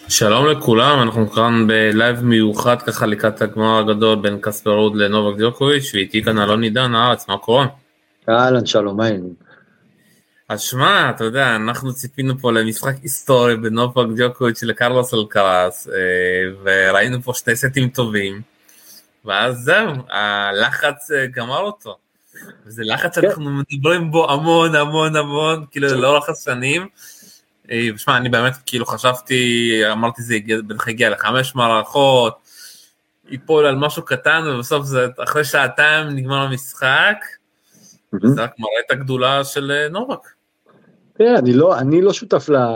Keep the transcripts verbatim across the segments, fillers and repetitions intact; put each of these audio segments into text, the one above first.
שלום לכולם, אנחנו כאן בלייב מיוחד ככה לקראת הגמר הגדול בין קספר רוד לנובק ג'וקוביץ', ואיתי כאן אלון עידן הארץ, מה קורה? אהלן, שלום, מה העניינים? אז שמע, אתה יודע, אנחנו ציפינו פה למשחק היסטורי בין נובק ג'וקוביץ' לקרלוס אלקרס, וראינו פה שני סטים טובים, ואז זהו, הלחץ גמר אותו. וזה לחץ כן, שאנחנו מדברים בו המון המון המון, כאילו לאורך השנים. ושמע, אני באמת כאילו חשבתי, אמרתי זה בטח הגיע לחמש מערכות, ייפול על משהו קטן, ובסוף זה אחרי שעתיים נגמר המשחק, וזה רק מראה את הגדולה של נובק. כן, אני לא, אני לא שותף ל...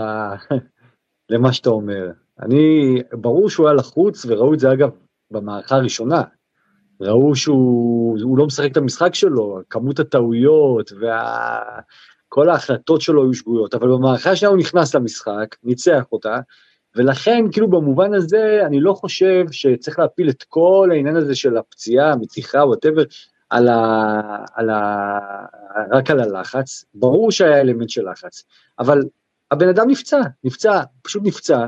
למה שאתה אומר. אני, ברור שהוא היה לחוץ, וראו את זה אגב במערכה הראשונה. ראו שהוא הוא לא משחק את המשחק שלו, כמות הטעויות וכל ההחלטות שלו היו שגויות, אבל במערכה השנייה הוא נכנס למשחק, ניצח אותה, ולכן כאילו במובן הזה אני לא חושב שצריך להפיל את כל העניין הזה של הפציעה, המתיחה, whatever, על ה, על ה, רק על הלחץ. ברור שהיה אלמנט של לחץ, אבל הבן אדם נפצע, נפצע, פשוט נפצע.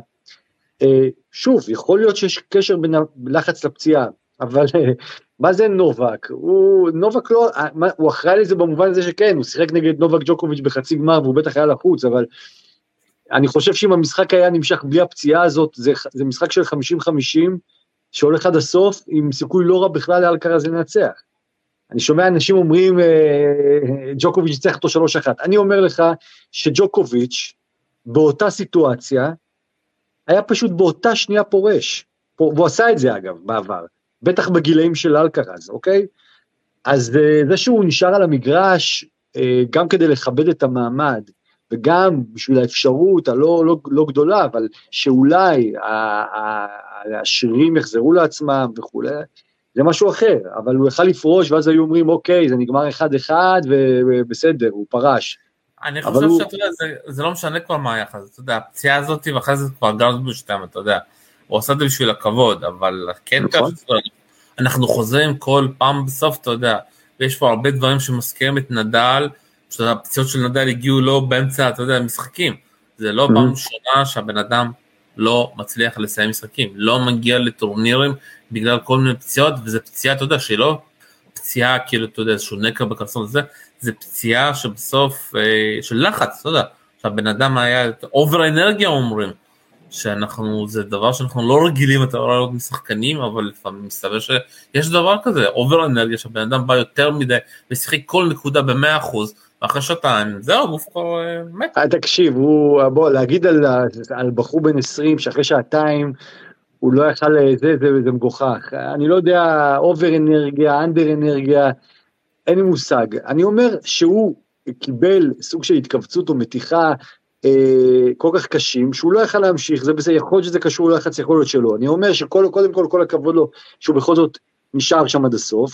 שוב, יכול להיות שיש קשר בין לחץ לפציעה, אבל מה זה נובק? הוא, נובק לא, הוא אחראי לזה במובן הזה שכן, הוא שיחק נגד נובק ג'וקוביץ' בחצי גמר, והוא בטח היה לחוץ, אבל אני חושב שאם המשחק היה נמשך בלי הפציעה הזאת, זה, זה משחק של חמישים חמישים, שהולך עד הסוף, עם סיכוי לא רע בכלל לאלקרז לנצח. אני שומע אנשים אומרים, ג'וקוביץ' יצטרך אותו שלוש אחת. אני אומר לך שג'וקוביץ' באותה סיטואציה, היה פשוט באותה שנייה פורש, והוא עשה את זה אגב בעבר, בטח בגילאים של אלקרז, אוקיי? אז זה שהוא נשאר על המגרש, גם כדי לכבד את המעמד, וגם בשביל האפשרות הלא לא, לא גדולה, אבל שאולי השירים יחזרו לעצמם וכו', זה משהו אחר, אבל הוא יכל לפרוש, ואז היו אומרים, אוקיי, זה נגמר אחד אחד, ובסדר, הוא פרש. אני חושב הוא... שאתה יודע, זה, זה לא משנה כבר מה היחס, אתה יודע, הפציעה הזאת, ואחרי זה כבר גרז בשתם, אתה יודע, הוא עושה את זה בשביל הכבוד, אבל כן נכון. ככה, אנחנו חוזרים כל פעם בסוף, אתה יודע, ויש פה הרבה דברים שמזכירים את נדל, שהפציעות של נדל הגיעו לא באמצע, אתה יודע, משחקים, זה לא פעם ראשונה שהבן אדם לא מצליח לסיים משחקים, לא מגיע לטורנירים בגלל כל מיני פציעות, וזה פציעה, אתה יודע, שהיא לא פציעה, כאילו, אתה יודע, איזשהו נקר בקרסון הזה, זה פציעה שבסוף, של לחץ, אתה יודע, שהבן אדם היה, אובר אנרגיה אומרים, שאנחנו, זה דבר שאנחנו לא רגילים את הרעיונות משחקנים, אבל לפעמים מסתבר שיש דבר כזה, אובר אנרגיה, שהבן אדם בא יותר מדי, ושיחק כל נקודה במאה אחוז, ואחרי שעתיים, זהו, גוף כבר מת. תקשיב, הוא, בוא, להגיד על, על בחור בן עשרים, שאחרי שעתיים, הוא לא יכל, זה, זה, זה מגוחך. אני לא יודע, אובר אנרגיה, אנדר אנרגיה, אין לי מושג. אני אומר שהוא קיבל סוג של התכווצות או מתיחה אה, כל כך קשים, שהוא לא יכל להמשיך, זה בסדר, יכול להיות שזה קשור לחץ יכולות שלו. אני אומר שקודם כל, כל הכבוד לו, שהוא בכל זאת נשאר שם עד הסוף,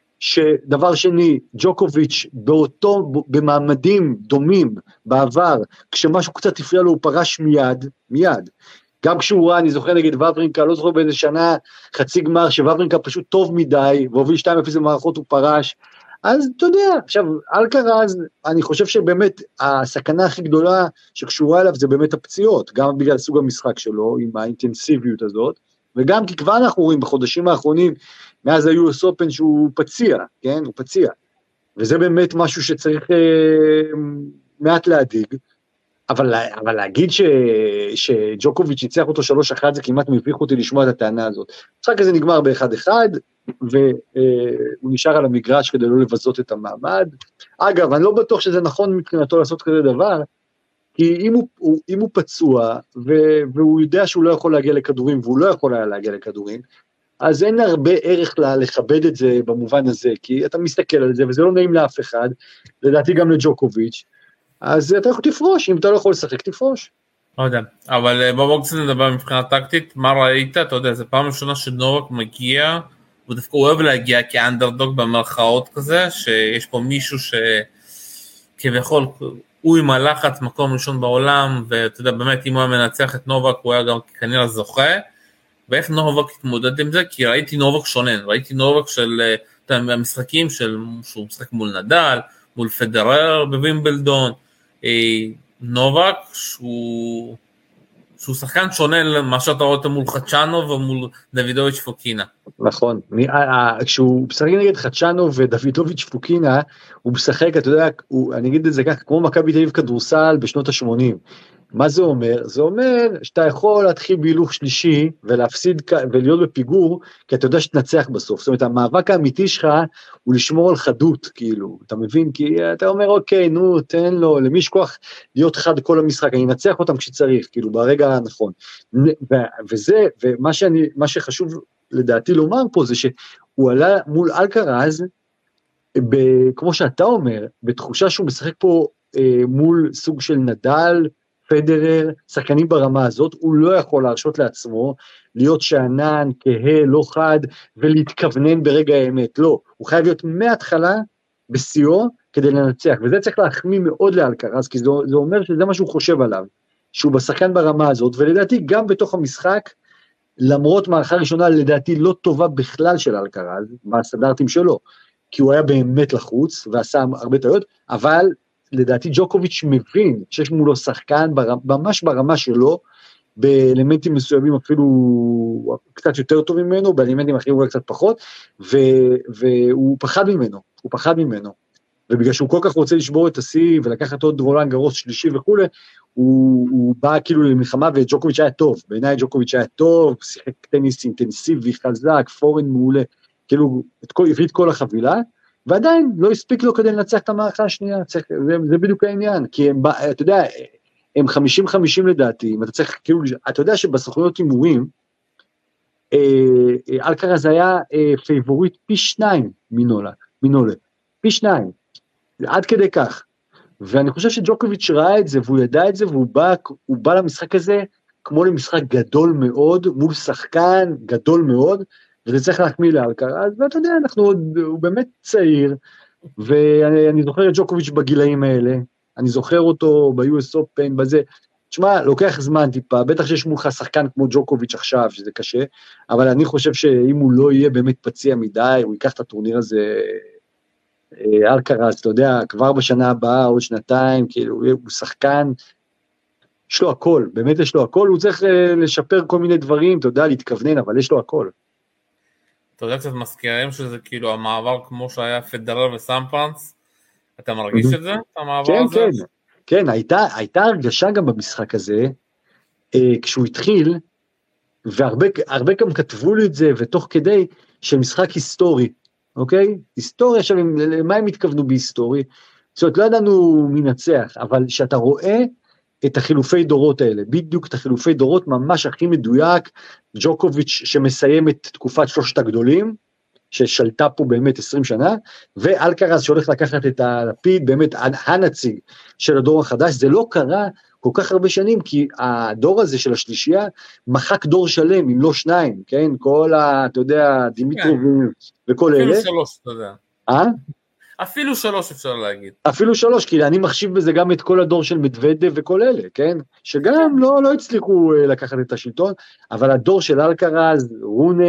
שדבר שני, ג'וקוביץ' באותו, במעמדים דומים בעבר, כשמשהו קצת הפריע לו, הוא פרש מיד, מיד. גם כשהוא ראה, אני זוכר נגד וברינקה, לא זוכר באיזה שנה, חצי גמר, שוברינקה פשוט טוב מדי, והוביל שתיים אפס במערכות הוא פרש, אז אתה יודע, עכשיו, אלקרז, אני חושב שבאמת, הסכנה הכי גדולה שקשורה אליו, זה באמת הפציעות, גם בגלל סוג המשחק שלו, עם האינטנסיביות הזאת, וגם כי כבר אנחנו רואים בחודשים האחרונים, מאז ה-יו אס Open שהוא פציע, כן, הוא פציע, וזה באמת משהו שצריך אה, מעט להדיג, אבל, אבל להגיד ש, שג'וקוביץ' ניצח אותו שלוש אחת, זה כמעט מביך אותי לשמוע את הטענה הזאת. המשחק הזה נגמר באחד אחד, והוא נשאר על המגרש כדי לא לבזות את המעמד. אגב, אני לא בטוח שזה נכון מבחינתו לעשות כזה דבר, כי אם הוא, אם הוא פצוע, והוא יודע שהוא לא יכול להגיע לכדורים, והוא לא יכול היה להגיע לכדורים, אז אין הרבה ערך לה, לכבד את זה במובן הזה, כי אתה מסתכל על זה, וזה לא נעים לאף אחד, לדעתי גם לג'וקוביץ', אז אתה יכול תפרוש, אם אתה לא יכול לשחק, תפרוש. לא יודע, אבל בואו קצת נדבר מבחינה טקטית, מה ראית? אתה יודע, זו פעם ראשונה שנובק מגיע, הוא דווקא אוהב להגיע כאנדרדוג במרכאות כזה, שיש פה מישהו שכביכול, הוא עם הלחץ מקום ראשון בעולם, ואתה יודע, באמת, אם הוא היה מנצח את נובק, הוא היה גם כנראה זוכה, ואיך נובק התמודד עם זה? כי ראיתי נובק שונן, ראיתי נובק של, אתה יודע, המשחקים של, שהוא משחק מול נדל, מול פדרר בווימבלדון, נובק שהוא, שהוא שחקן שונה למה שאתה רואה אותו מול חדשנו ומול דוידוביץ' פוקינה. נכון, כשהוא משחק נגד חדשנו ודוידוביץ' פוקינה, הוא משחק, אתה יודע, אני אגיד את זה ככה, כמו מכבי תל אביב כדורסל בשנות ה-שמונים. מה זה אומר? זה אומר שאתה יכול להתחיל בהילוך שלישי ולהפסיד ולהיות בפיגור, כי אתה יודע שתנצח בסוף. זאת אומרת, המאבק האמיתי שלך הוא לשמור על חדות, כאילו, אתה מבין? כי אתה אומר, אוקיי, נו, תן לו, למי יש כוח להיות חד כל המשחק, אני אנצח אותם כשצריך, כאילו, ברגע הנכון. וזה, ומה שאני, מה שחשוב לדעתי לומר פה, זה שהוא עלה מול אלקרז, כמו שאתה אומר, בתחושה שהוא משחק פה אה, מול סוג של נדל, פדרר, שחקנים ברמה הזאת, הוא לא יכול להרשות לעצמו, להיות שענן, כהה, לא חד, ולהתכוונן ברגע האמת, לא, הוא חייב להיות מההתחלה בסיוע, כדי לנצח, וזה צריך להחמיא מאוד לאלקרז, כי זה, זה אומר שזה מה שהוא חושב עליו, שהוא בשחקן ברמה הזאת, ולדעתי גם בתוך המשחק, למרות מערכה ראשונה, לדעתי לא טובה בכלל של אלקרז, מהסטנדרטים שלו, כי הוא היה באמת לחוץ, ועשה הרבה טעויות, אבל לדעתי ג'וקוביץ' מבין שיש מולו שחקן ברמה, ממש ברמה שלו, באלמנטים מסוימים אפילו קצת יותר טוב ממנו, באלמנטים אחרים אולי קצת פחות, ו, והוא פחד ממנו, הוא פחד ממנו, ובגלל שהוא כל כך רוצה לשבור את השיא, ולקחת עוד רולנד גרוס שלישי וכו', הוא, הוא בא כאילו למלחמה, וג'וקוביץ' היה טוב, בעיניי ג'וקוביץ' היה טוב, שיחק טניס אינטנסיבי, חזק, פורן מעולה, כאילו הביא את כל החבילה, ועדיין לא הספיק לו כדי לנצח את המערכה השנייה, צריך, זה, זה בדיוק העניין, כי הם, אתה יודע, הם חמישים חמישים לדעתי, אתה צריך, כאילו, אתה יודע שבסוכנויות הימורים, אה, אלקרז היה אה, פייבוריט פי שניים מנולה, מנולה, פי שניים, עד כדי כך, ואני חושב שג'וקוביץ' ראה את זה, והוא ידע את זה, והוא בא, הוא בא למשחק הזה, כמו למשחק גדול מאוד, מול שחקן גדול מאוד, וזה צריך להחמיא לאלקרז, ואתה יודע, אנחנו עוד, הוא באמת צעיר, ואני זוכר את ג'וקוביץ' בגילאים האלה, אני זוכר אותו ב-יו אס Open, בזה, תשמע, לוקח זמן טיפה, בטח שיש מולך שחקן כמו ג'וקוביץ' עכשיו, שזה קשה, אבל אני חושב שאם הוא לא יהיה באמת פציע מדי, הוא ייקח את הטורניר הזה, אלקרז, אתה יודע, כבר בשנה הבאה, עוד שנתיים, כאילו, הוא שחקן, יש לו הכל, באמת יש לו הכל, הוא צריך לשפר כל מיני דברים, אתה יודע, להתכוונן, אבל יש לו הכל. אתה יודע, קצת מזכירים שזה כאילו המעבר כמו שהיה פדרר וסמפרנס, אתה מרגיש את זה, המעבר הזה? כן, כן, כן, הייתה, הייתה הרגשה גם במשחק הזה, אה, כשהוא התחיל, והרבה הרבה גם כתבו לי את זה, ותוך כדי, של משחק היסטורי, אוקיי? היסטורי, עכשיו, למה הם התכוונו בהיסטורי? זאת אומרת, לא ידענו מי נצח, אבל שאתה רואה את החילופי דורות האלה, בדיוק את החילופי דורות ממש הכי מדויק, ג'וקוביץ' שמסיים את תקופת שלושת הגדולים, ששלטה פה באמת עשרים שנה, ואלקרז שהולך לקחת את הלפיד, באמת הנציג של הדור החדש, זה לא קרה כל כך הרבה שנים, כי הדור הזה של השלישייה, מחק דור שלם, אם לא שניים, כן? כל ה, אתה יודע, דימיטרובים וכל אלה. אפילו שלוש, אתה יודע. אה? אפילו שלוש אפשר להגיד. אפילו שלוש, כי אני מחשיב בזה גם את כל הדור של מדוודב וכל אלה, כן? שגם לא, לא הצליחו לקחת את השלטון, אבל הדור של אלקרז, רונה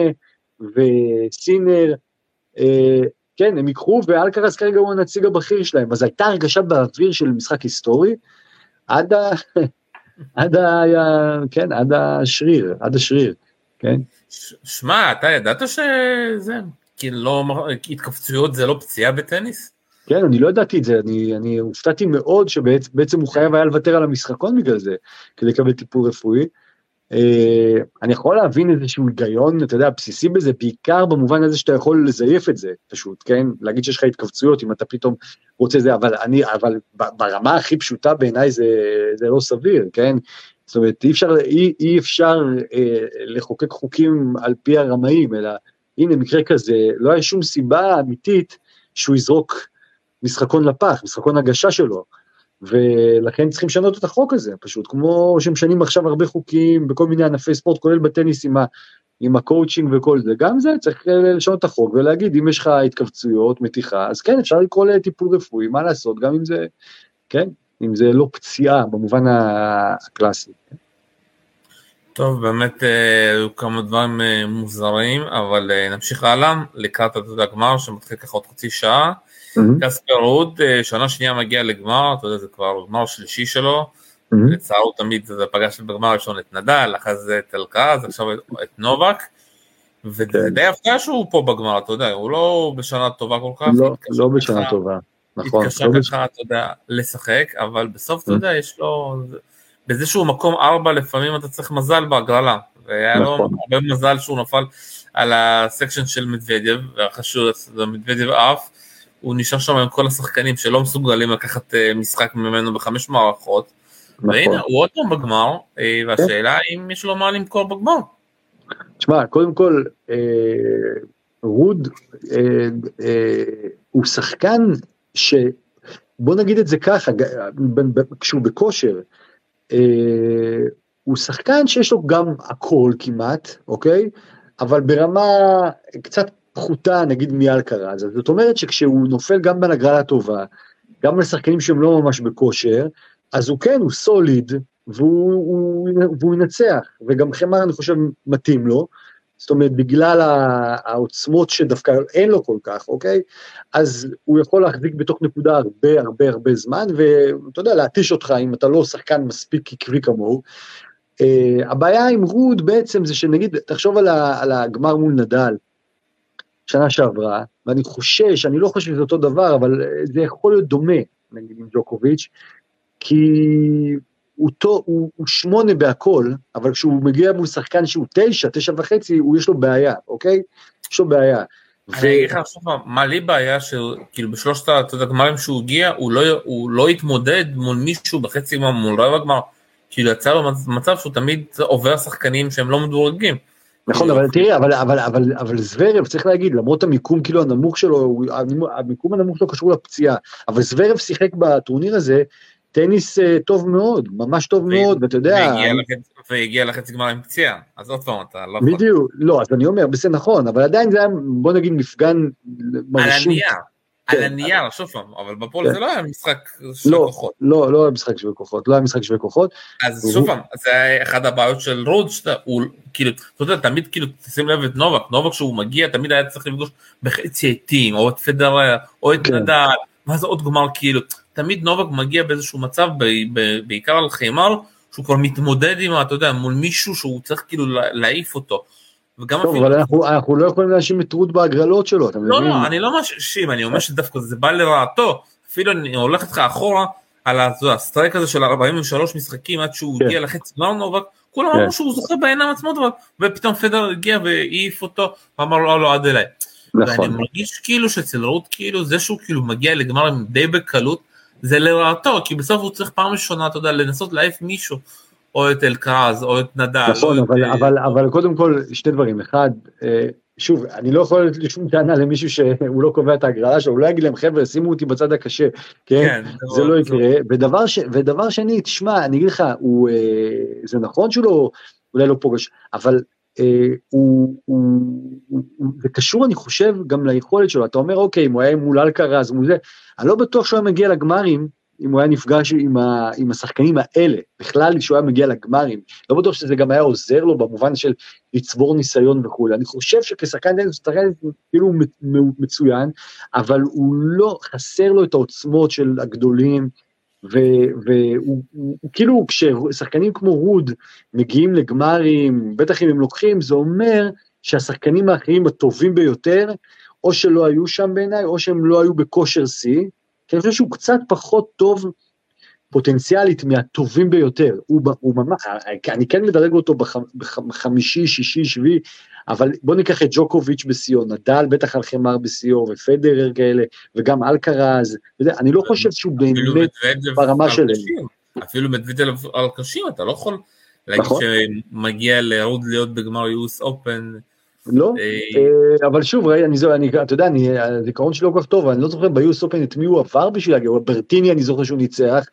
וסינר, אה, כן, הם יקחו, ואלקרז כרגע הוא הנציג הבכיר שלהם, אז הייתה הרגשה באוויר של משחק היסטורי, עד ה... עד ה... כן, עד השריר, עד השריר, כן? שמע, אתה ידעת שזה... כי לא, התכווצויות זה לא פציעה בטניס? כן, אני לא ידעתי את זה, אני, אני הופתעתי מאוד שבעצם הוא חייב היה לוותר על המשחקון בגלל זה, כדי לקבל טיפול רפואי. אני יכול להבין איזשהו היגיון, אתה יודע, בסיסי בזה, בעיקר במובן הזה שאתה יכול לזייף את זה, פשוט, כן? להגיד שיש לך התכווצויות, אם אתה פתאום רוצה זה, אבל אני, אבל ברמה הכי פשוטה בעיניי זה, זה לא סביר, כן? זאת אומרת, אי אפשר, אי, אי אפשר אה, לחוקק חוקים על פי הרמאים, אלא, הנה, מקרה כזה, לא היה שום סיבה אמיתית שהוא יזרוק משחקון לפח, משחקון הגשה שלו, ולכן צריכים לשנות את החוק הזה, פשוט, כמו שמשנים עכשיו הרבה חוקים, בכל מיני ענפי ספורט, כולל בטניס עם, ה, עם הקואוצ'ינג וכל זה, גם זה צריך לשנות את החוק, ולהגיד, אם יש לך התכווצויות, מתיחה, אז כן, אפשר לקרוא לטיפול רפואי, מה לעשות, גם אם זה, כן, אם זה לא פציעה, במובן הקלאסי. טוב, באמת היו כמה דברים מוזרים, אבל נמשיך הלאה, לקראת הגמר שמתחיל ככה עוד חצי שעה, קספר רוד, שנה שנייה מגיע לגמר, אתה יודע, זה כבר גמר שלישי שלו, ולצער הוא תמיד, זה פגש בגמר הראשון את נדל, אחרי זה את אלקרז, עכשיו את נובק, וזה די הפתעה שהוא פה בגמר, אתה יודע, הוא לא בשנה טובה כל כך, לא בשנה טובה, נכון. התקשר ככה, אתה יודע, לשחק, אבל בסוף, אתה יודע, יש לו, באיזשהו מקום ארבע, לפעמים אתה צריך מזל בהגרלה, והיה לו הרבה מזל שהוא נפל על הסקשן של מדוודיו, ואחרי שהוא מדוודיו אף, הוא נשאר שם עם כל השחקנים שלא מסוגלים לקחת משחק ממנו בחמש מערכות, והנה, הוא עוד פעם בגמר, והשאלה אם יש לו מה למכור בגמר. תשמע, קודם כל, רוד הוא שחקן ש... בוא נגיד את זה ככה, כשהוא בכושר, הוא שחקן שיש לו גם הכל כמעט, אוקיי? אבל ברמה קצת פחותה, נגיד מאלקרז, זאת אומרת שכשהוא נופל גם בהגרלה טובה, גם לשחקנים שהם לא ממש בכושר, אז הוא כן, הוא סוליד, והוא, הוא, והוא ינצח, וגם חמר אני חושב מתאים לו, זאת אומרת, בגלל העוצמות שדווקא אין לו כל כך, אוקיי? אז הוא יכול להחזיק בתוך נקודה הרבה הרבה הרבה זמן, ואתה יודע, להתיש אותך אם אתה לא שחקן מספיק עקבי כמוהו. Uh, הבעיה עם רוד בעצם זה שנגיד, תחשוב על, ה, על הגמר מול נדל, שנה שעברה, ואני חושש, אני לא חושב שזה אותו דבר, אבל זה יכול להיות דומה, נגיד עם ג'וקוביץ', כי הוא, טוב, הוא, הוא שמונה בהכל, אבל כשהוא מגיע מול שחקן שהוא תשע, תשע וחצי, הוא יש לו בעיה, אוקיי? יש לו בעיה. אני אגיד לך עכשיו, מה לי בעיה, שכאילו בשלושת הגמרים שהוא הגיע, הוא לא, הוא לא התמודד מול מישהו בחצי גמר, מול רבע גמר, כאילו יצא לו מצב שהוא תמיד עובר שחקנים שהם לא מדורגים. נכון, אבל תראי, אבל, אבל, אבל, אבל זוורב, צריך להגיד, למרות המיקום כאילו הנמוך שלו, המיקום הנמוך שלו קשור לפציעה, אבל זוורב שיחק בטורניר הזה, טניס טוב מאוד, ממש טוב מאוד, ואתה יודע... והגיע לחצי גמר עם פציעה, אז עוד פעם אתה לא... בדיוק, לא, אז אני אומר, בסדר, נכון, אבל עדיין זה היה, בוא נגיד, מפגן מרשים. על הנייר, על הנייר, שוב פעם, אבל בפועל זה לא היה משחק שווה כוחות. לא, לא היה משחק שווה כוחות, לא היה משחק שווה כוחות. אז שוב פעם, זה היה אחד הבעיות של רוד, שהוא כאילו, אתה יודע, תמיד כאילו, תשים לב את נובק, נובק שהוא מגיע, תמיד היה צריך לפגוש בחצי עיתים, או את פדרר, או את נדל, מה זה עוד גמר כאילו, תמיד נובק מגיע באיזשהו מצב, בעיקר על חיימר, שהוא כבר מתמודד עם, אתה יודע, מול מישהו שהוא צריך כאילו להעיף אותו. טוב, אבל אנחנו לא יכולים להאשים את רוד בהגרלות שלו, אתה מבין? לא, לא, אני לא מאשים, אני אומר שדווקא זה בא לרעתו, אפילו אני הולך איתך אחורה, על הסטרייק הזה של ארבעים ושלוש משחקים, עד שהוא הגיע לחצי גמר נובק, כולם אמרו שהוא זוכה בעיניים עצמות, ופתאום פדר הגיע והעיף אותו, ואמר לו, לא, עד אליי. ואני מרגיש כאילו שאצל רוד, כאילו, זה שהוא כאילו מגיע לגמר עם די בקלות, זה לרעתו, כי בסוף הוא צריך פעם ראשונה, אתה יודע, לנסות להעיף מישהו, או את אלקרז, או את נדל. נכון, אבל, אבל, אבל קודם כל, שתי דברים. אחד, שוב, אני לא יכול לשום טענה למישהו שהוא לא קובע את ההגרלה שלו, הוא לא יגיד להם, חבר'ה, שימו אותי בצד הקשה, כן? זה לא יקרה. ודבר, ש, ודבר שני, תשמע, אני אגיד לך, הוא, זה נכון שהוא לא, אולי לא פוגש, אבל הוא, הוא, הוא, זה קשור, אני חושב, גם ליכולת שלו. אתה אומר, אוקיי, אם הוא היה מול אלקרז, מול זה, אני לא בטוח שהוא היה מגיע לגמרים, אם הוא היה נפגש עם, ה, עם השחקנים האלה, בכלל שהוא היה מגיע לגמרים, לא בטוח שזה גם היה עוזר לו, במובן של לצבור ניסיון וכו'. אני חושב שכשחקן דניס, שחקן כאילו מצוין, אבל הוא לא, חסר לו את העוצמות של הגדולים, והוא כאילו, כששחקנים כמו רוד מגיעים לגמרים, בטח אם הם לוקחים, זה אומר שהשחקנים האחרים הטובים ביותר, או שלא היו שם בעיניי, או שהם לא היו בכושר שיא, כי אני חושב שהוא קצת פחות טוב פוטנציאלית מהטובים ביותר, הוא, הוא ממש, אני כן מדרג אותו בחמישי, שישי, שביעי, אבל בוא ניקח את ג'וקוביץ' בסיור, נדל בטח על חמר בסיור, ופדרר כאלה, וגם אלקרז, אני לא חושב שהוא באמת ברמה שלהם. אפילו מדווידל על קשים, אתה לא יכול להגיד שמגיע לרוד להיות בגמר יוס אופן, לא, אבל שוב, אתה יודע, הזיכרון שלי לא כל כך טוב, אני לא זוכר ביוס אופן את מי הוא עבר בשביל להגיע, ברטיני אני זוכר שהוא ניצח,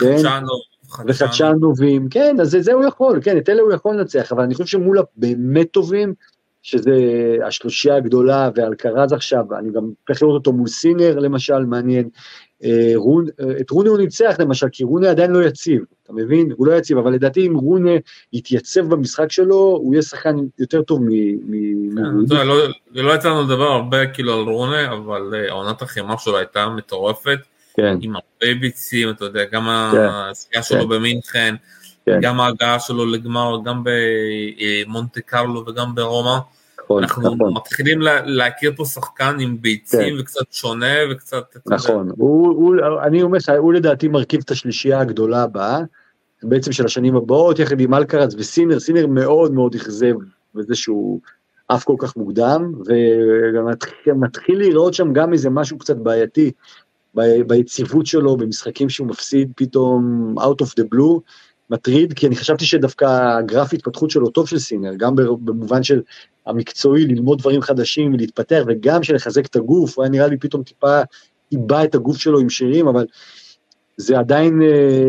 וחדשנובים, כן, אז זה הוא יכול, כן, את אלה הוא יכול לנצח, אבל אני חושב שמול הבאמת טובים, שזה השלושייה הגדולה, ואלקרז עכשיו, אני גם הולך לראות אותו מול סינר, למשל, מעניין, את רוני הוא ניצח למשל, כי רוני עדיין לא יציב, אתה מבין? הוא לא יציב, אבל לדעתי אם רוני יתייצב במשחק שלו, הוא יהיה שחקן יותר טוב מ... לא יצא לנו לדבר הרבה כאילו על רוני, אבל העונת החמר שלו הייתה מטורפת, עם הרבה ביצים, אתה יודע, גם העשייה שלו במינכן, גם ההגעה שלו לגמר, גם במונטה קרלו וגם ברומא, אנחנו מתחילים להכיר פה שחקן עם ביצים וקצת שונה וקצת... נכון, אני אומר לך, הוא לדעתי מרכיב את השלישייה הגדולה הבאה, בעצם של השנים הבאות, יחד עם אלקרץ וסינר, סינר מאוד מאוד יחזב בזה שהוא אף כל כך מוקדם, וגם מתחיל לראות שם גם איזה משהו קצת בעייתי, ביציבות שלו, במשחקים שהוא מפסיד פתאום out of the blue, מטריד, כי אני חשבתי שדווקא הגרפית התפתחות שלו טוב של סינר, גם במובן של המקצועי, ללמוד דברים חדשים ולהתפתח, וגם של לחזק את הגוף, הוא היה נראה לי פתאום טיפה איבא את הגוף שלו עם שירים, אבל זה עדיין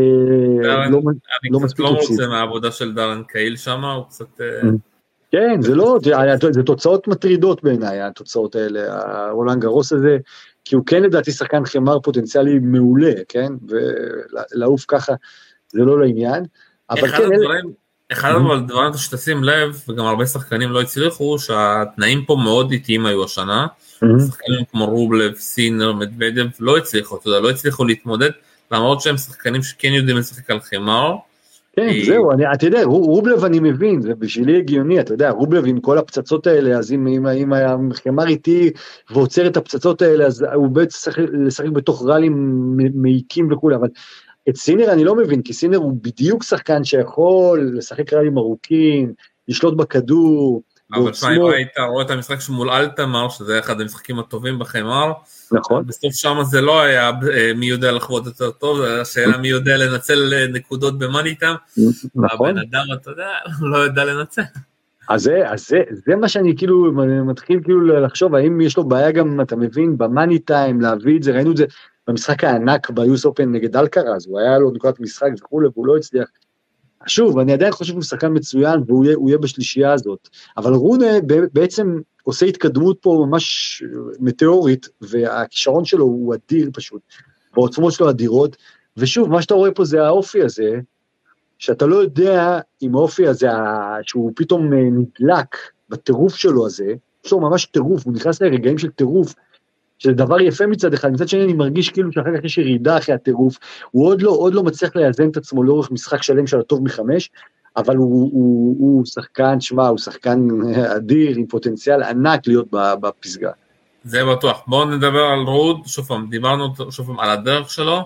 לא מספיק. אני קצת לא רוצה מהעבודה של דרן קהיל שם, הוא קצת... כן, זה לא, זה תוצאות מטרידות בעיניי, התוצאות האלה, הרולנד גרוס הזה, כי הוא כן לדעתי שחקן חמר פוטנציאלי מעולה, כן, ולעוף ככה, זה לא לעניין, אבל כן... אחד הדברים שתשים לב, וגם הרבה שחקנים לא הצליחו, שהתנאים פה מאוד איטיים היו השנה, שחקנים כמו רובלב, סינר, מדוודב, לא הצליחו, אתה יודע, לא הצליחו להתמודד, למרות שהם שחקנים שכן יודעים לשחק על חמר. כן, זהו, אתה יודע, רובלב אני מבין, זה בשבילי הגיוני, אתה יודע, רובלב עם כל הפצצות האלה, אז אם החמר איטי ועוצר את הפצצות האלה, אז הוא בעצם לשחק בתוך רלים מעיקים וכו', אבל את סינר אני לא מבין, כי סינר הוא בדיוק שחקן שיכול לשחק רלים ארוכים, לשלוט בכדור, אבל שמה, אם היית רואה את המשחק שמול אלטמר, שזה אחד המשחקים הטובים בחמר, נכון. בסוף שם זה לא היה מי יודע לחוות יותר טוב, זה היה שאלה מי יודע לנצל נקודות במאניטם, נכון. והבן אדם, אתה יודע, לא יודע לנצל. אז זה, אז זה, זה מה שאני כאילו, מתחיל כאילו לחשוב, האם יש לו בעיה גם, אתה מבין, במאניטיים, להביא את זה, ראינו את זה במשחק הענק ביוס אופן נגד אלקרז, הוא היה לו נקודת משחק וכו', והוא לא הצליח. שוב, אני עדיין חושב שהוא שחקן מצוין, והוא יהיה, יהיה בשלישייה הזאת, אבל רונה בעצם עושה התקדמות פה ממש מטאורית, והכישרון שלו הוא אדיר פשוט, והעוצמות שלו אדירות, ושוב, מה שאתה רואה פה זה האופי הזה, שאתה לא יודע אם האופי הזה, שהוא פתאום נדלק בטירוף שלו הזה, יש לו ממש טירוף, הוא נכנס לרגעים של טירוף, שזה דבר יפה מצד אחד, מצד שני אני מרגיש כאילו שאחר כך יש ירידה אחרי הטירוף, הוא עוד לא, עוד לא מצליח לאזן את עצמו לאורך משחק שלם של הטוב מחמש, אבל הוא, הוא, הוא שחקן, שמה, הוא שחקן אדיר, עם פוטנציאל ענק להיות בפסגה. זה בטוח. בואו נדבר על רוד, שוב פעם, דיברנו שוב פעם על הדרך שלו,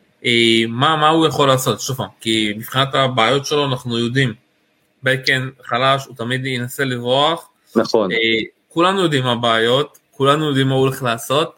מה, מה הוא יכול לעשות, שוב פעם, כי מבחינת הבעיות שלו אנחנו יודעים, בקן חלש, הוא תמיד ינסה לברוח, נכון. כולנו יודעים מה הבעיות, כולנו יודעים מה הוא הולך לעשות,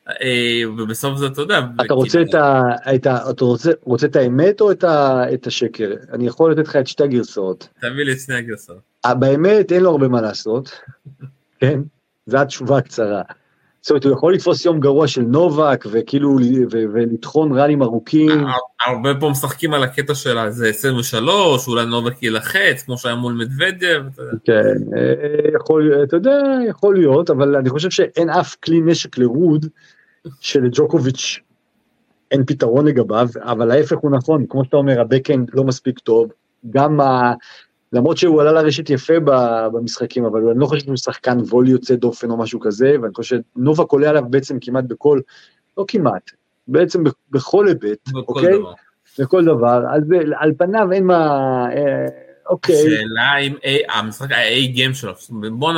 ובסוף זה אתה יודע. אתה רוצה את ה... אתה רוצה את האמת או את השקר? אני יכול לתת לך את שתי הגרסאות. תביא לי את שני הגרסאות. באמת אין לו הרבה מה לעשות, כן? זו התשובה הקצרה. זאת אומרת, הוא יכול לתפוס יום גרוע של נובק, וכאילו, ולתחון רלים ארוכים. הרבה פה משחקים על הקטע שלה, זה עשרים ושלוש, אולי נובק ילחץ, כמו שהיה מול מדוודב. כן, יכול, אתה יודע, יכול להיות, אבל אני חושב שאין אף כלי נשק לרוד, שלג'וקוביץ' אין פתרון לגביו, אבל ההפך הוא נכון, כמו שאתה אומר, הבקאנד לא מספיק טוב, גם ה... למרות שהוא עלה לרשת יפה במשחקים, אבל אני לא חושב שהוא שחקן וולי יוצא דופן או משהו כזה, ואני חושב שנובק עולה עליו בעצם כמעט בכל, לא כמעט, בעצם בכל היבט, אוקיי? בכל דבר, אז על פניו אין מה, אוקיי. השאלה אם המשחק, ה-A גיים שלו, בואו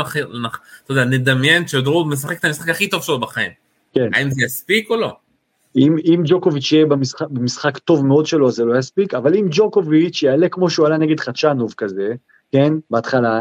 נדמיין שדרוד משחק את המשחק הכי טוב שלו בחיים, האם זה יספיק או לא? אם, אם ג'וקוביץ' יהיה במשחק, במשחק טוב מאוד שלו, זה לא יספיק, אבל אם ג'וקוביץ' יעלה כמו שהוא עלה נגד חדשנוב כזה, כן, בהתחלה,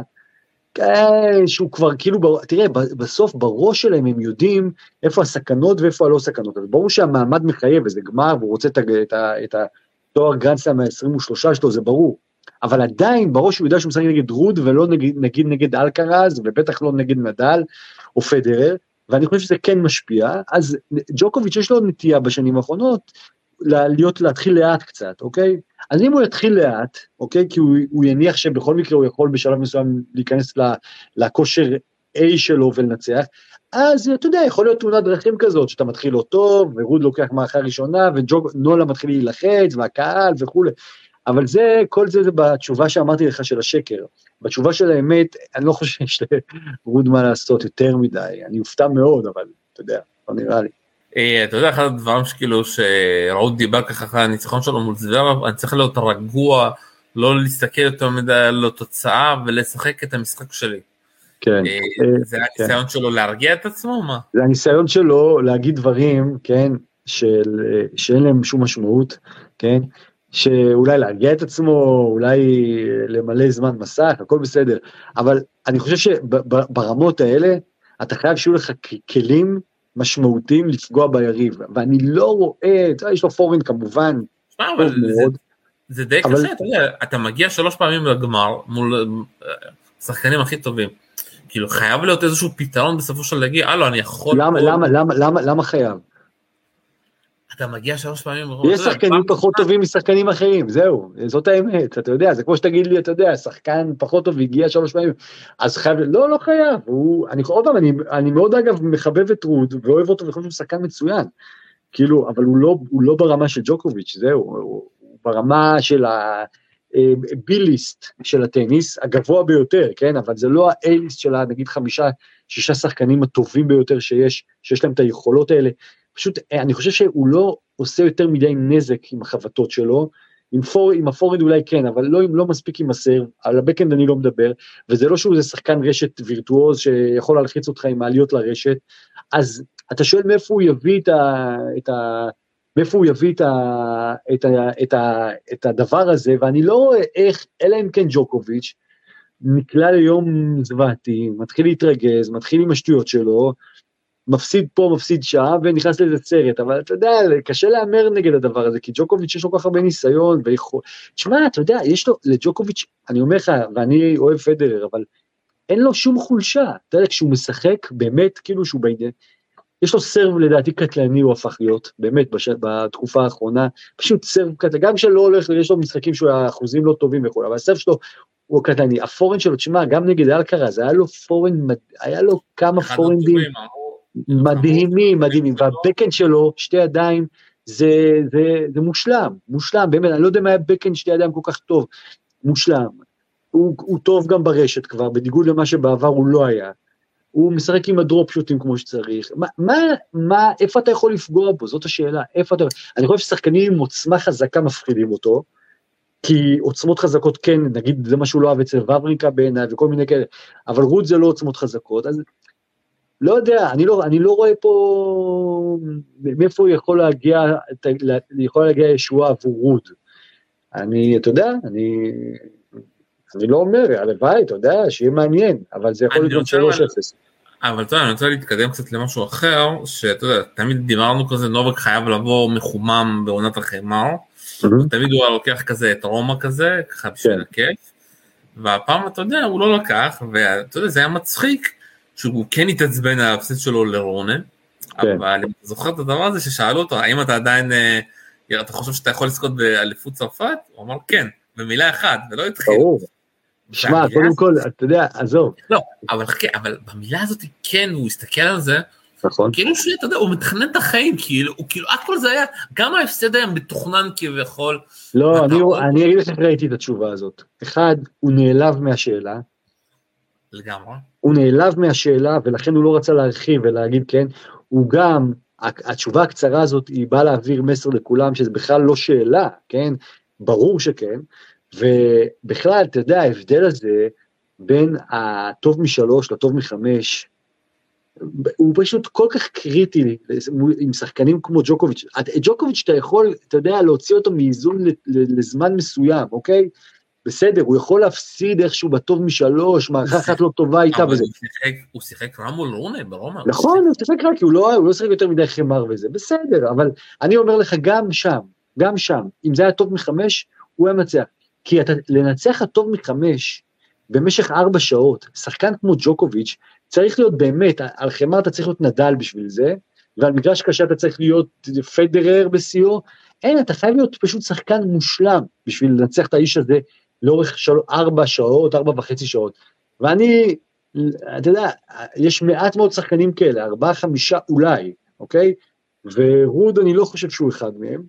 שהוא כבר כאילו, תראה, בסוף בראש שלהם הם יודעים איפה הסכנות ואיפה הלא סכנות, אז ברור שהמעמד מחייב, וזה גמר, והוא רוצה את, את, את התואר גרנדסלאם ה-עשרים ושלוש שלו, זה ברור, אבל עדיין בראש הוא יודע שהוא משחק נגד רוד, ולא נגיד, נגיד נגד אלקרז, ובטח לא נגד נדל, או פדרר, ואני חושב שזה כן משפיע, אז ג'וקוביץ' יש לו נטייה בשנים האחרונות, להיות, להתחיל לאט קצת, אוקיי? אז אם הוא יתחיל לאט, אוקיי? כי הוא, הוא יניח שבכל מקרה הוא יכול בשלב מסוים להיכנס לכושר A שלו ולנצח, אז אתה יודע, יכול להיות תאונת דרכים כזאת, שאתה מתחיל לא טוב, ורוד לוקח מערכה ראשונה, ונולה מתחיל להילחץ, והקהל וכו'. אבל זה, כל זה זה בתשובה שאמרתי לך של השקר. בתשובה של האמת, אני לא חושב שיש לרוד מה לעשות יותר מדי, אני אופתע מאוד, אבל אתה יודע, לא נראה לי. אתה יודע, אחד הדברים שכאילו שראו דיבר ככה אחרי הניצחון שלו מול זוורב, אני צריך להיות רגוע, לא להסתכל יותר מדי על התוצאה ולשחק את המשחק שלי. כן. זה הניסיון שלו להרגיע את עצמו, מה? זה הניסיון שלו להגיד דברים, כן, שאין להם שום משמעות, כן, שאולי להרגיע את עצמו, אולי למלא זמן מסך, הכל בסדר, אבל אני חושב שברמות האלה, אתה חייב שיהיו לך כלים משמעותיים לפגוע ביריב, ואני לא רואה, יש לו פורין כמובן, זה די קשה, אתה יודע, אתה מגיע שלוש פעמים לגמר, מול שחקנים הכי טובים, כאילו חייב להיות איזשהו פתרון בסופו של להגיע, הלו, אני יכול... למה, למה, למה, למה, למה חייב? אתה מגיע שלוש פעמים... יש שחקנים פחות טובים משחקנים אחרים, זהו, זאת האמת, אתה יודע, זה כמו שתגיד לי, אתה יודע, שחקן פחות טוב והגיע שלוש פעמים, אז חייב, לא, לא חייב, אני עוד פעם, אני מאוד אגב מחבב את רוד, ואוהב אותו וחושב שהוא שחקן מצוין, כאילו, אבל הוא לא ברמה של ג'וקוביץ', זהו, הוא ברמה של הביליסט של הטניס, הגבוה ביותר, כן, אבל זה לא האייליסט של נגיד חמישה, שישה שחקנים הטובים ביותר שיש, שיש להם את היכולות האלה, פשוט, אני חושב שהוא לא עושה יותר מדי נזק עם החבטות שלו, עם, פור, עם הפורד אולי כן, אבל לא, לא מספיק עם הסרב, על הבקאנד אני לא מדבר, וזה לא שהוא זה שחקן רשת וירטואוז, שיכול להלחיץ אותך עם העליות לרשת, אז אתה שואל מאיפה הוא יביא את ה... את ה מאיפה הוא יביא את, ה, את, ה, את, ה, את הדבר הזה, ואני לא רואה איך, אלא אם כן ג'וקוביץ', נקלע ליום זוועתי, מתחיל להתרגז, מתחיל עם השטויות שלו, מפסיד פה, מפסיד שעה, ונכנס לאיזה סרט, אבל אתה יודע, קשה לאמר נגד הדבר הזה, כי ג'וקוביץ' יש לו כך הרבה ניסיון, ויכול, תשמע, אתה יודע, יש לו, לג'וקוביץ', אני אומר לך, ואני אוהב פדרר, אבל אין לו שום חולשה, אתה יודע, כשהוא משחק, באמת, כאילו שהוא בעניין, יש לו סרב לדעתי קטלני, הוא הפך להיות, באמת, בש... בתקופה האחרונה, פשוט סרב קטלני, גם שלא הולך, יש לו משחקים שהאחוזים לא טובים וכו', אבל הסרב שלו הוא קטלני, הפורן שלו, תשמע, גם נגד אלקרז, היה לו פורן, היה לו כמה פורנדים, מדהימים, מדהימים, והבקן שלו, שתי ידיים, זה, זה, זה מושלם, מושלם, באמת, אני לא יודע מה היה בקן שתי ידיים כל כך טוב, מושלם, הוא, הוא טוב גם ברשת כבר, בניגוד למה שבעבר הוא לא היה, הוא משחק עם הדרופ שוטים כמו שצריך, מה, מה, מה, איפה אתה יכול לפגוע בו, זאת השאלה, איפה אתה, אני חושב ששחקנים עם עוצמה חזקה מפחידים אותו, כי עוצמות חזקות כן, נגיד זה מה שהוא לא אוהב אצל וברינקה בעיניי, וכל מיני כאלה, אבל רוד זה לא עוצמות חזקות, אז לא יודע, אני לא, אני לא רואה פה, מאיפה הוא יכול להגיע, יכול להגיע ישועה עבור רוד, אני, אתה יודע, אני, אני לא אומר, הלוואי, אתה יודע, שיהיה מעניין, אבל זה יכול להיות שלוש אפס. אבל אתה יודע, אני רוצה להתקדם קצת למשהו אחר, שאתה יודע, תמיד דיברנו כזה, נובק חייב לבוא מחומם בעונת החמר, תמיד הוא לוקח כזה את רומא כזה, ככה בשביל הכיף, והפעם אתה יודע, הוא לא לקח, ואתה יודע, זה היה מצחיק, שהוא כן התעצבן על ההפסד שלו לרונן, אבל אני זוכר את הדבר הזה ששאלו אותו, האם אתה עדיין, אתה חושב שאתה יכול לזכות באליפות צרפת? הוא אמר כן, במילה אחת, ולא התחיל. ברור. שמע, קודם כל, אתה יודע, עזוב. לא, אבל חכה, אבל במילה הזאת כן, הוא הסתכל על זה, נכון. כאילו שאתה יודע, הוא מתכנן את החיים, כאילו, כאילו, הכל זה היה, גם ההפסד היה מתוכנן כביכול. לא, אני אגיד לך איך ראיתי את התשובה הזאת. אחד, הוא נעלב מהשאלה. לגמרי. הוא נעלב מהשאלה, ולכן הוא לא רצה להרחיב ולהגיד כן, הוא גם, התשובה הקצרה הזאת, היא באה להעביר מסר לכולם, שזה בכלל לא שאלה, כן? ברור שכן. ובכלל, אתה יודע, ההבדל הזה, בין הטוב משלוש לטוב מחמש, הוא פשוט כל כך קריטי, עם שחקנים כמו ג'וקוביץ', ג'וקוביץ' אתה יכול, אתה יודע, להוציא אותו מאיזון לזמן מסוים, אוקיי? בסדר, הוא יכול להפסיד איכשהו בטוב משלוש, מערכה אחת לא טובה איתה וזה. הוא שיחק רע מול רונה ברומא. נכון, הוא שיחק רע, כי הוא לא שיחק יותר מדי חמר וזה, בסדר, אבל אני אומר לך, גם שם, גם שם, אם זה היה טוב מחמש, הוא היה מנצח. כי אתה, לנצח הטוב מחמש, במשך ארבע שעות, שחקן כמו ג'וקוביץ', צריך להיות באמת, על חמר אתה צריך להיות נדל בשביל זה, ועל מגרש קשה אתה צריך להיות פדרר בסיור, אין, אתה חייב להיות פשוט שחקן מושלם, בשביל לנצח את האיש הזה, לאורך של... ארבע שעות, ארבע וחצי שעות, ואני, אתה יודע, יש מעט מאוד שחקנים כאלה, ארבעה, חמישה אולי, אוקיי? ורוד אני לא חושב שהוא אחד מהם,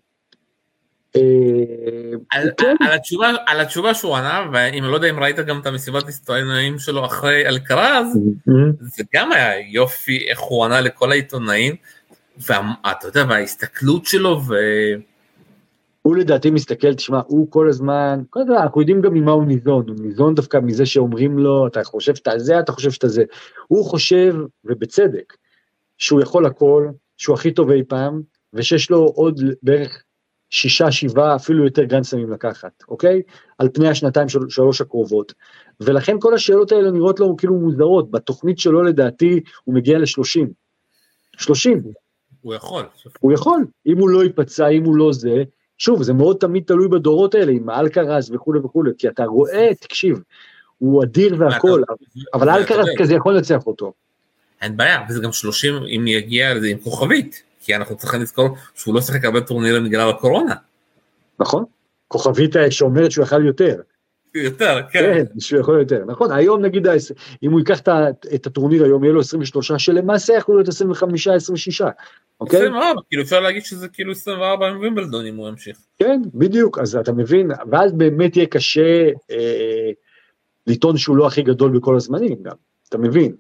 על התשובה שהוא ענה, ואם לא יודע אם ראית גם את המסיבת העיתונאים שלו אחרי אלקרז, זה גם היה יופי איך הוא ענה לכל העיתונאים, ואתה יודע, וההסתכלות שלו, ו... הוא לדעתי מסתכל, תשמע, הוא כל הזמן, כל הזמן, אנחנו יודעים גם ממה הוא ניזון, הוא ניזון דווקא מזה שאומרים לו, אתה חושב שאתה זה, אתה חושב שאתה זה, הוא חושב, ובצדק, שהוא יכול הכל, שהוא הכי טוב אי פעם, ושיש לו עוד בערך שישה, שבעה, אפילו יותר גרנדסלמים לקחת, אוקיי? על פני השנתיים של, שלוש הקרובות, ולכן כל השאלות האלה נראות לו כאילו מוזרות, בתוכנית שלו לדעתי הוא מגיע ל-שלושים, שלושים. הוא יכול. הוא יכול, אם הוא לא ייפצע, אם הוא לא זה, שוב, זה מאוד תמיד תלוי בדורות האלה, עם אלקרז וכו' וכו', כי אתה רואה, תקשיב, הוא אדיר והכל, אבל אלקרז כזה יכול לנצח אותו. אין בעיה, וזה גם שלושים, אם יגיע לזה עם כוכבית, כי אנחנו צריכים לזכור שהוא לא שחק הרבה טורנירים בגלל הקורונה. נכון, כוכבית שאומרת שהוא יכל יותר. יותר, כן. כן, שהוא יכול יותר, נכון, היום נגיד, אם הוא ייקח את הטורניר היום, יהיה לו עשרים ושלוש, שלמעשה יכול להיות עשרים וחמש, עשרים ושש, אוקיי? עשרים וארבע, כאילו אפשר להגיד שזה כאילו עשרים וארבע עם וימבלדון, אם הוא ימשיך. כן, בדיוק, אז אתה מבין, ואז באמת יהיה קשה אה, לטעון שהוא לא הכי גדול בכל הזמנים גם, אתה מבין?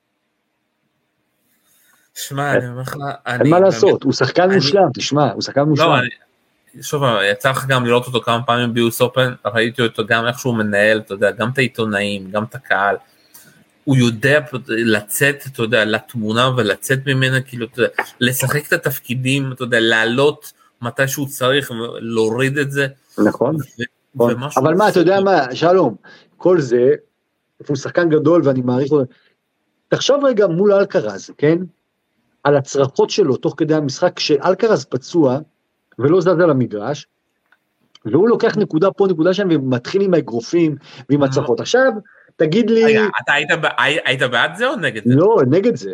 תשמע, אני אומר לך, אין מה לעשות, הוא שחקן מושלם, תשמע, הוא שחקן מושלם. שוב, יצא לך גם לראות אותו כמה פעמים ביוס אופן, ראיתי אותו גם איך שהוא מנהל, אתה יודע, גם את העיתונאים, גם את הקהל, הוא יודע לצאת, אתה יודע, לתמונה ולצאת ממנה, כאילו, אתה יודע, לשחק את התפקידים, אתה יודע, לעלות מתי שהוא צריך, להוריד את זה. נכון, אבל מה, אתה יודע מה, שלום, כל זה, הוא שחקן גדול ואני מעריך לו, תחשוב רגע מול אלקרז, כן? על הצרחות שלו תוך כדי המשחק, כשאלקרז פצוע, ולא זז על המגרש, והוא לוקח נקודה פה, נקודה שם, ומתחיל עם האגרופים, ועם הצרחות. עכשיו, תגיד לי... רגע, אתה היית בעד זה או נגד זה? לא, נגד זה.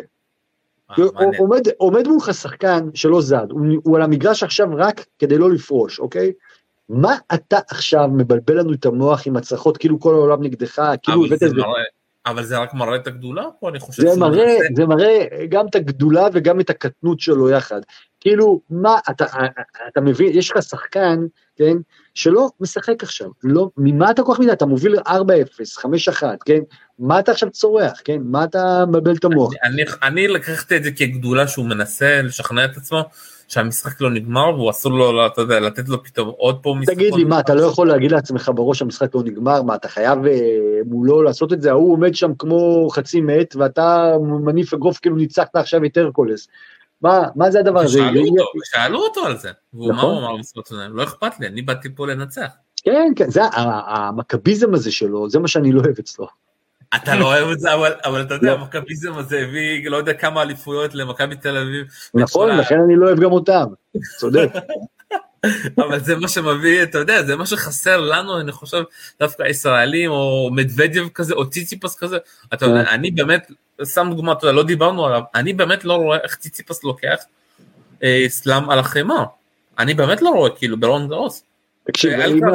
עומד מולך שחקן שלא זז, הוא על המגרש עכשיו רק כדי לא לפרוש, אוקיי? מה אתה עכשיו מבלבל לנו את המוח עם הצרחות, כאילו כל העולם נגדך, כאילו הבאת את זה... אבל זה רק מראה את הגדולה, או אני חושב זה מראה, זה מראה גם את הגדולה וגם את הקטנות שלו יחד. כאילו, מה, אתה, אתה מבין, יש לך שחקן, כן, שלא משחק עכשיו, לא, ממה אתה כוח מידה, אתה מוביל ארבע אפס, חמש אחת, כן, מה אתה עכשיו צורח, כן, מה אתה מבלבל את המוח? אני, אני, אני לקחתי את זה כגדולה שהוא מנסה לשכנע את עצמו, שהמשחק לא נגמר, והוא אסור לו, אתה יודע, לתת לו פתאום עוד פה משחק. תגיד לי, מה, אתה לא יכול להגיד לעצמך בראש המשחק לא נגמר, מה, אתה חייב מולו לעשות את זה, הוא עומד שם כמו חצי מת, ואתה מניף אגרוף כאילו ניצחת עכשיו את הרקולס. מה, מה זה הדבר הזה? שאלו אותו על זה, והוא מה הוא אמר למספות, לא אכפת לי, אני באתי פה לנצח. כן, כן, זה המכביזם הזה שלו, זה מה שאני לא אוהב אצלו. אתה לא אוהב את זה, אבל אתה יודע, המכביזם הזה הביא, לא יודע כמה אליפויות למכבי תל אביב. נכון, לכן אני לא אוהב גם אותם, צודק. אבל זה מה שמביא, אתה יודע, זה מה שחסר לנו, אני חושב, דווקא ישראלים, או מדוודיו כזה, או ציציפס כזה, אתה יודע, אני באמת, שם דוגמה, אתה יודע, לא דיברנו עליו, אני באמת לא רואה איך ציציפס לוקח סלאם על החמר, אני באמת לא רואה, כאילו, ברון גאוס. תקשיב,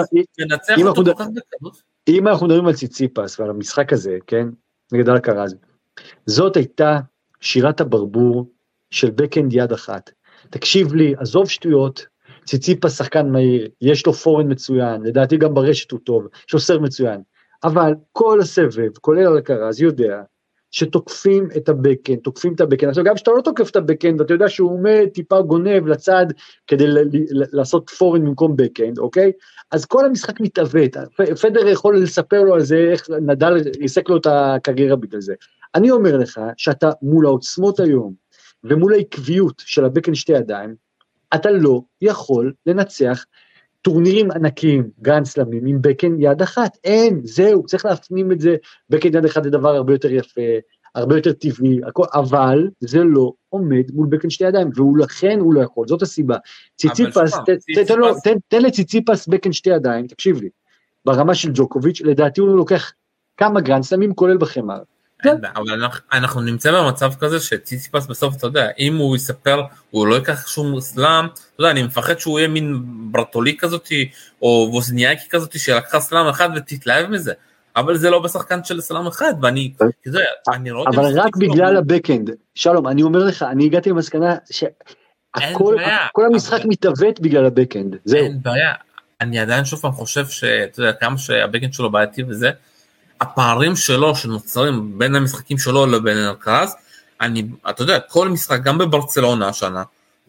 אם אנחנו מדברים על ציציפס ועל המשחק הזה, כן, נגד אלקרז, זאת הייתה שירת הברבור של בקאנד יד אחת. תקשיב לי, עזוב שטויות, ציציפס שחקן מהיר, יש לו פורן מצוין, לדעתי גם ברשת הוא טוב, יש לו סר מצוין, אבל כל הסבב, כולל אלקרז, יודע שתוקפים את הבקאנד, תוקפים את הבקאנד, עכשיו גם שאתה לא תוקף את הבקאנד, אתה יודע שהוא עומד טיפה גונב לצד, כדי ל- ל- לעשות פורן במקום בקאנד, אוקיי? אז כל המשחק מתעוות, פדר יכול לספר לו על זה, איך נדל ריסק לו את הקריירה בגלל זה. אני אומר לך, שאתה מול העוצמות היום, ומול העקביות של הבקאנד שתי ידיים, אתה לא יכול לנצח טורנירים ענקיים, גרנד סלאמים, עם בקאנד יד אחת, אין, זהו, צריך להפנים את זה, בקאנד יד אחת זה דבר הרבה יותר יפה, הרבה יותר טבעי, אבל זה לא עומד מול בקאנד שתי ידיים, ולכן הוא לא יכול, זאת הסיבה. ציציפס, תן לציציפס בקאנד שתי ידיים, תקשיב לי, ברמה של ג'וקוביץ', לדעתי הוא לוקח כמה גרנד סלאמים, כולל בחמר. אבל אנחנו נמצא במצב כזה שציציפס בסוף, אתה יודע, אם הוא יספר, הוא לא ייקח שום סלאם, אתה יודע, אני מפחד שהוא יהיה מין ברטולי כזאת, או ווזניאקי כזאת, שלקחה סלאם אחד ותתלהב מזה, אבל זה לא בשחקן של סלאם אחד, ואני, אתה יודע, אני רואה... אבל רק בגלל הבקאנד, שלום, אני אומר לך, אני הגעתי למסקנה שכל המשחק מתעוות בגלל הבקאנד, זהו. אין בעיה, אני עדיין שוב פעם חושב שאתה יודע, כמה שהבקאנד שלו בעייתי וזה, הפערים שלו שנוצרים בין המשחקים שלו לבין אלקרז, אני, אתה יודע, כל משחק, גם בברצלונה השנה,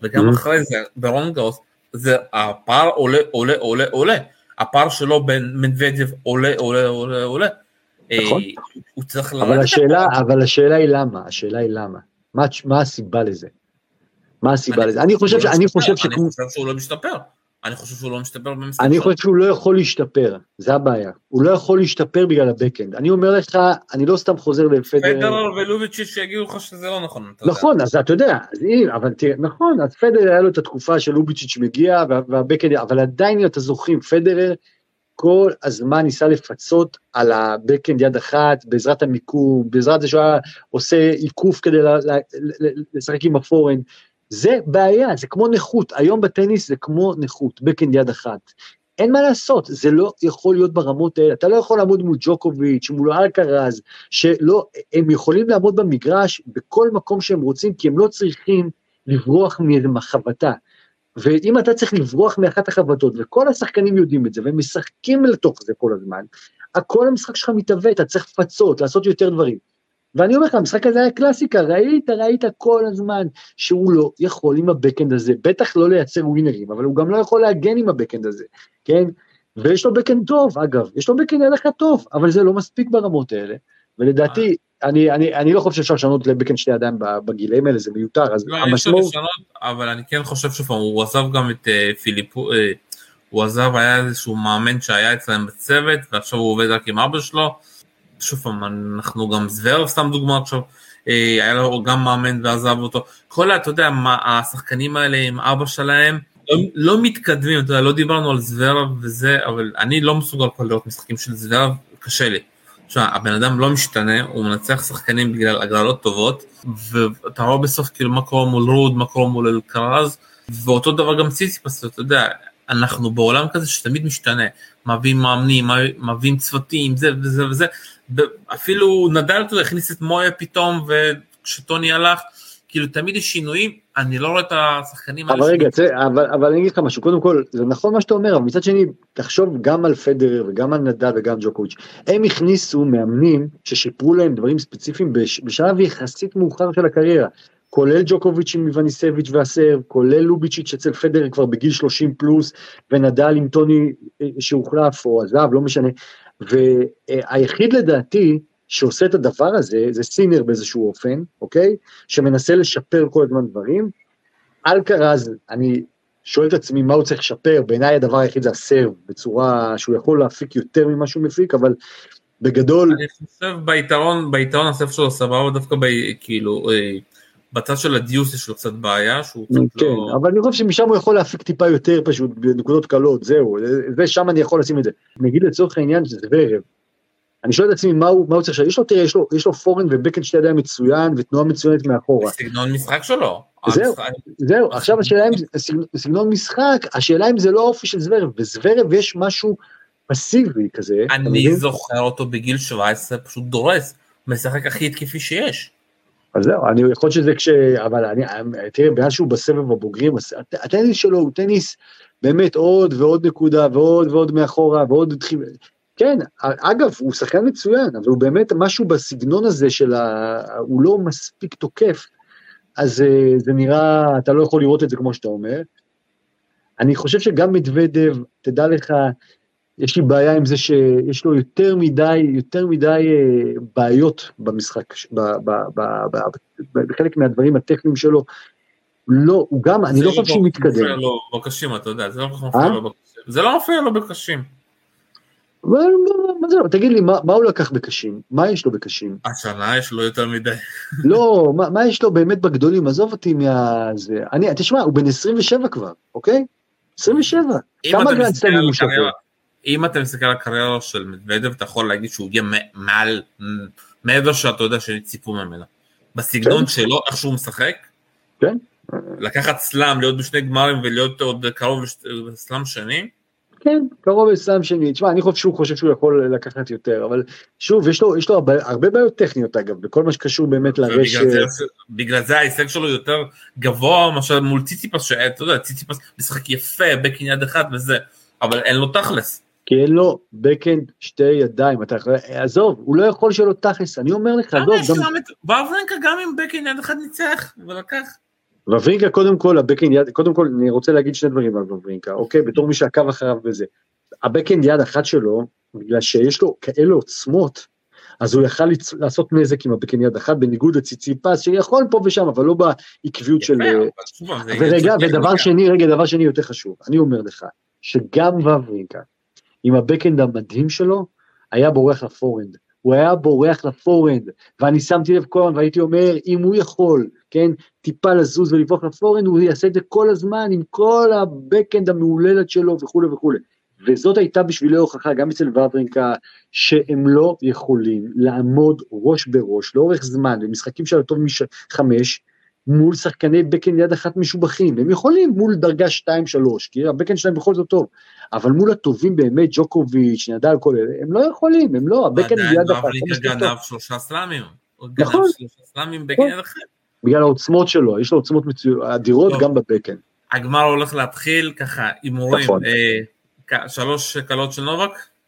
וגם אחרי זה, ברונגוס, זה הפער עולה, עולה, עולה, עולה, הפער שלו בין מדוודב עולה, עולה, עולה, עולה, נכון. הוא צריך אבל השאלה, אבל השאלה היא למה, השאלה היא למה, מה, מה הסיבה לזה? מה הסיבה לזה? אני חושב, אני חושב ש... אני חושב שהוא לא משתפר, אני חושב שהוא לא משתפר במשחק. אני חושב שהוא לא יכול להשתפר, זה הבעיה, הוא לא יכול להשתפר בגלל הבקאנד, אני אומר לך, אני לא סתם חוזר לפדרר. פדרר ולוביצ'יץ' שיגידו לך שזה לא נכון. נכון, אז אתה יודע, אבל תראה, נכון, אז פדרר היה לו את התקופה של לוביצ'יץ' מגיע, והבקאנד, אבל עדיין אתה זוכרים, פדרר כל הזמן ניסה לפצות על הבקאנד יד אחת, בעזרת המיקום, בעזרת זה שהוא היה עושה עיקוף כדי לשחק עם הפורנד, זה בעיה, זה כמו נכות, היום בטניס זה כמו נכות, בקאנד יד אחת, אין מה לעשות, זה לא יכול להיות ברמות האלה, אתה לא יכול לעמוד מול ג'וקוביץ', מול אלקרז, שלא, הם יכולים לעמוד במגרש בכל מקום שהם רוצים, כי הם לא צריכים לברוח מאיזה מחבטה, ואם אתה צריך לברוח מאחת החבטות, וכל השחקנים יודעים את זה, והם משחקים לתוך זה כל הזמן, הכל המשחק שלך מתהווה, אתה צריך לפצות, לעשות יותר דברים, ואני אומר לך, המשחק הזה היה קלאסיקה, ראית, ראית כל הזמן, שהוא לא יכול עם הבקאנד הזה, בטח לא לייצר ווינרים, אבל הוא גם לא יכול להגן עם הבקאנד הזה, כן? ויש לו בקאנד טוב, אגב, יש לו בקאנד הלכה טוב, אבל זה לא מספיק ברמות האלה, ולדעתי, אני, אני, אני לא חושב שאפשר לשנות לבקאנד שתי ידיים בגילאים האלה, זה מיותר, אז לא, המשמעות... יש לשנות, אבל אני כן חושב שפעם, הוא עזב גם את uh, פיליפו, uh, הוא עזב, היה איזשהו מאמן שהיה אצלם בצוות, ועכשיו הוא עובד רק עם אבא שלו, שוב פעם, אנחנו גם זוורב, סתם דוגמא עכשיו, היה לו גם מאמן ועזב אותו, כל, אתה יודע, השחקנים האלה עם אבא שלהם, לא, לא מתקדמים, אתה יודע, לא דיברנו על זוורב וזה, אבל אני לא מסוגל כבר לראות משחקים של זוורב, קשה לי. עכשיו, הבן אדם לא משתנה, הוא מנצח שחקנים בגלל הגרלות טובות, ואתה רואה בסוף כאילו מה קורה מול רוד, מה קורה מול אלקרז, ואותו דבר גם ציציפס, אתה יודע, אנחנו בעולם כזה שתמיד משתנה, מביאים מאמנים, מביאים צוותים, זה וזה וזה, אפילו נדל אתה הכניס את מויה פתאום, וכשטוני הלך, כאילו תמיד יש שינויים, אני לא רואה את השחקנים אבל רגע, אבל, אבל אני אגיד לך משהו, קודם כל, זה נכון מה שאתה אומר, אבל מצד שני, תחשוב גם על פדרר, וגם על נדל, וגם ג'וקוביץ', הם הכניסו מאמנים, ששיפרו להם דברים ספציפיים, בשלב יחסית מאוחר של הקריירה, כולל ג'וקוביץ' עם איווניסביץ' והסרב, כולל לוביצ'יץ' אצל פדרר כבר בגיל שלושים פלוס, ונדל עם טוני שהוחלף, או עזב, לא משנה, והיחיד לדעתי, שעושה את הדבר הזה, זה סינר באיזשהו אופן, אוקיי? שמנסה לשפר כל הזמן דברים. אלקרז, אני שואל את עצמי מה הוא צריך לשפר, בעיניי הדבר היחיד זה הסרב, בצורה שהוא יכול להפיק יותר ממה שהוא מפיק, אבל בגדול... אני חושב ביתרון, ביתרון הסרב שלו סבבה, דווקא ב, כאילו, בצד של הדיוס יש לו קצת בעיה, שהוא קצת כן, לא... אבל אני חושב שמשם הוא יכול להפיק טיפה יותר פשוט, בנקודות קלות, זהו, ושם אני יכול לשים את זה. נגיד לצורך העניין שזה זוורב, אני שואל את עצמי מה הוא, מה הוא צריך, יש לו, תראה, יש לו, יש לו פורן ובקאנד שתי ידיים מצוין, ותנועה מצוינת מאחורה. סגנון משחק שלו. זהו, זהו, עכשיו השאלה אם, סגנון משחק, השאלה אם זה לא האופי של זוורב, וזוורב יש משהו פסיבי כזה. אני זוכר אותו בגיל שבע עשרה, פשוט דורס, משחק הכי התקפי שיש. אז זהו, אני יכול שזה כש, אבל אני, תראה, בגלל שהוא בסבב הבוגרים, הטניס שלו הוא טניס באמת עוד ועוד נקודה, ועוד ועוד מאחורה, ועוד תחיל, כן, אגב, הוא שחקן מצוין, אבל הוא באמת משהו בסגנון הזה של ה... הוא לא מספיק תוקף, אז זה נראה, אתה לא יכול לראות את זה כמו שאתה אומר. אני חושב שגם מדוודב, תדע לך, יש לי בעיה עם זה שיש לו יותר מדי, יותר מדי בעיות במשחק, ב, ב, ב, ב, ב, בחלק מהדברים הטכניים שלו, לא, הוא גם, אני לא חושב שהוא מתקדם. זה לא מפריע לו בקשים, אתה יודע, זה לא מפריע לו בקשים. זה לא מפריע לו בקשים. מה זה לא, תגיד לי, מה הוא לקח בקשים? מה יש לו בקשים? השנה יש לו יותר מדי. לא, מה יש לו באמת בגדולים? עזוב אותי מהזה. אני, תשמע, הוא בן עשרים ושבע כבר, אוקיי? עשרים ושבע. כמה גרנדסלמים הוא שווה? אם אתה מסתכל על הקריירה של מדוודב, אתה יכול להגיד שהוא הגיע מעל, מעבר שאתה יודע שציפו ממנו. בסגנון שלו, איך שהוא משחק, כן. לקחת סלאם, להיות בשני גמרים ולהיות עוד קרוב לסלאם שני, כן, קרוב לסלאם שני, תשמע, אני חושב שהוא חושב שהוא יכול לקחת יותר, אבל שוב, יש לו, יש לו הרבה, הרבה בעיות טכניות אגב, בכל מה שקשור באמת לרשת. בגלל זה ההישג שלו יותר גבוה, למשל מול ציציפס, שאתה יודע, ציציפס משחק יפה, בקאנד יד אחד וזה, אבל אין לו תכלס. כי אין לו בקאנד שתי ידיים, אתה יכול, עזוב, הוא לא יכול שיהיה לו תכלס, אני אומר לך, עזוב. גם... ברברנקה גם עם בקאנד יד אחד ניצח, ולקח. וברינקה קודם כל, הבקאנד יד, קודם כל אני רוצה להגיד שני דברים על וברינקה, אוקיי, בתור מי שעקב אחריו בזה, הבקאנד יד אחת שלו, בגלל שיש לו כאלה עוצמות, אז הוא יכל לעשות נזק עם הבקאנד יד אחת, בניגוד לציציפס, שיכול פה ושם, אבל לא בעקביות של... ורגע, ודבר שני, רגע, דבר שני יותר חשוב, אני אומר לך, שגם וברינקה, עם הבקאנד המדהים שלו, היה בורח לפורנד, הוא היה בורח לפורנד, ואני שמתי לב כל הזמן, והייתי אומר, אם הוא יכול, כן, טיפה לזוז ולבוח לפורנד, הוא יעשה את זה כל הזמן, עם כל הבקאנד המעוללת שלו, וכו' וכו'. וזאת הייתה בשבילי הוכחה, גם אצל וברינקה, שהם לא יכולים לעמוד ראש בראש, לאורך זמן, במשחקים של הטוב מחמש, מול שחקני בקאנד יד אחת משובחים, הם יכולים מול דרגה שתיים שלוש, כי הבקאנד שלהם בכל זאת טוב, אבל מול הטובים באמת, ג'וקוביץ', נדל, כל אלה, הם לא יכולים, הם לא, הבקאנד יד אחת. וברינקה גנב שלושה סלאמים, הוא גנב שלושה סלאמים בקאנד יד אחת. בגלל העוצמות שלו, יש לו עוצמות אדירות גם בבקאנד. הגמר הולך להתחיל ככה, הימורים, שלוש קלות של נובק?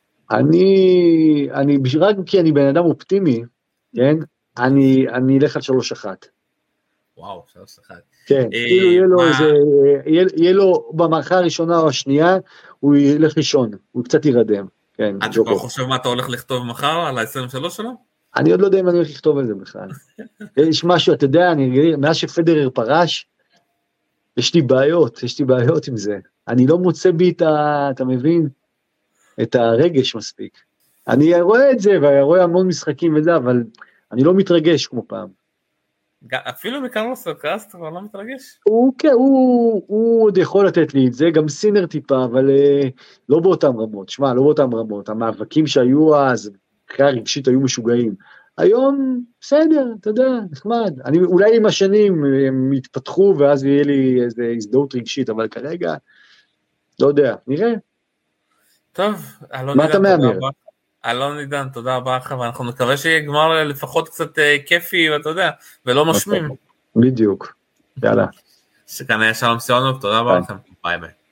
אני, אני, רק כי אני בן אדם אופטימי, כן, אני, אני אלך על שלוש אחת. וואו, שלוש אחת. כן, כאילו יהיה לו איזה, יהיה לו במערכה הראשונה או השנייה, הוא ילך ראשון, הוא קצת יירדם. כן, אתה כבר חושב מה אתה הולך לכתוב מחר על ה-עשרים ושלוש שלו? אני עוד לא יודע אם אני הולך לכתוב על זה בכלל. יש משהו, אתה יודע, אני, מאז שפדרר פרש, יש לי בעיות, יש לי בעיות עם זה. אני לא מוצא בי את ה... אתה מבין? את הרגש מספיק. אני רואה את זה, ואני רואה המון משחקים וזה, אבל אני לא מתרגש כמו פעם. אפילו מקרלוס אלקרז אתה כבר לא מתרגש? הוא, כן, הוא, הוא עוד יכול לתת לי את זה, גם סינר טיפה, אבל uh, לא באותם רמות. שמע, לא באותם רמות. המאבקים שהיו אז, קריאה רגשית היו משוגעים. היום, בסדר, אתה יודע, נחמד. אני, אולי עם השנים הם יתפתחו, ואז יהיה לי איזו הזדהות רגשית, אבל כרגע, לא יודע, נראה. טוב, מה אתה מאמר? אלון עידן, תודה רבה לך, ואנחנו נקווה שיהיה גמר לפחות קצת כיפי, ואתה יודע, ולא משמים. בדיוק, יאללה. שכאן היה שלום סיונוב, תודה רבה לכם, ביי ביי.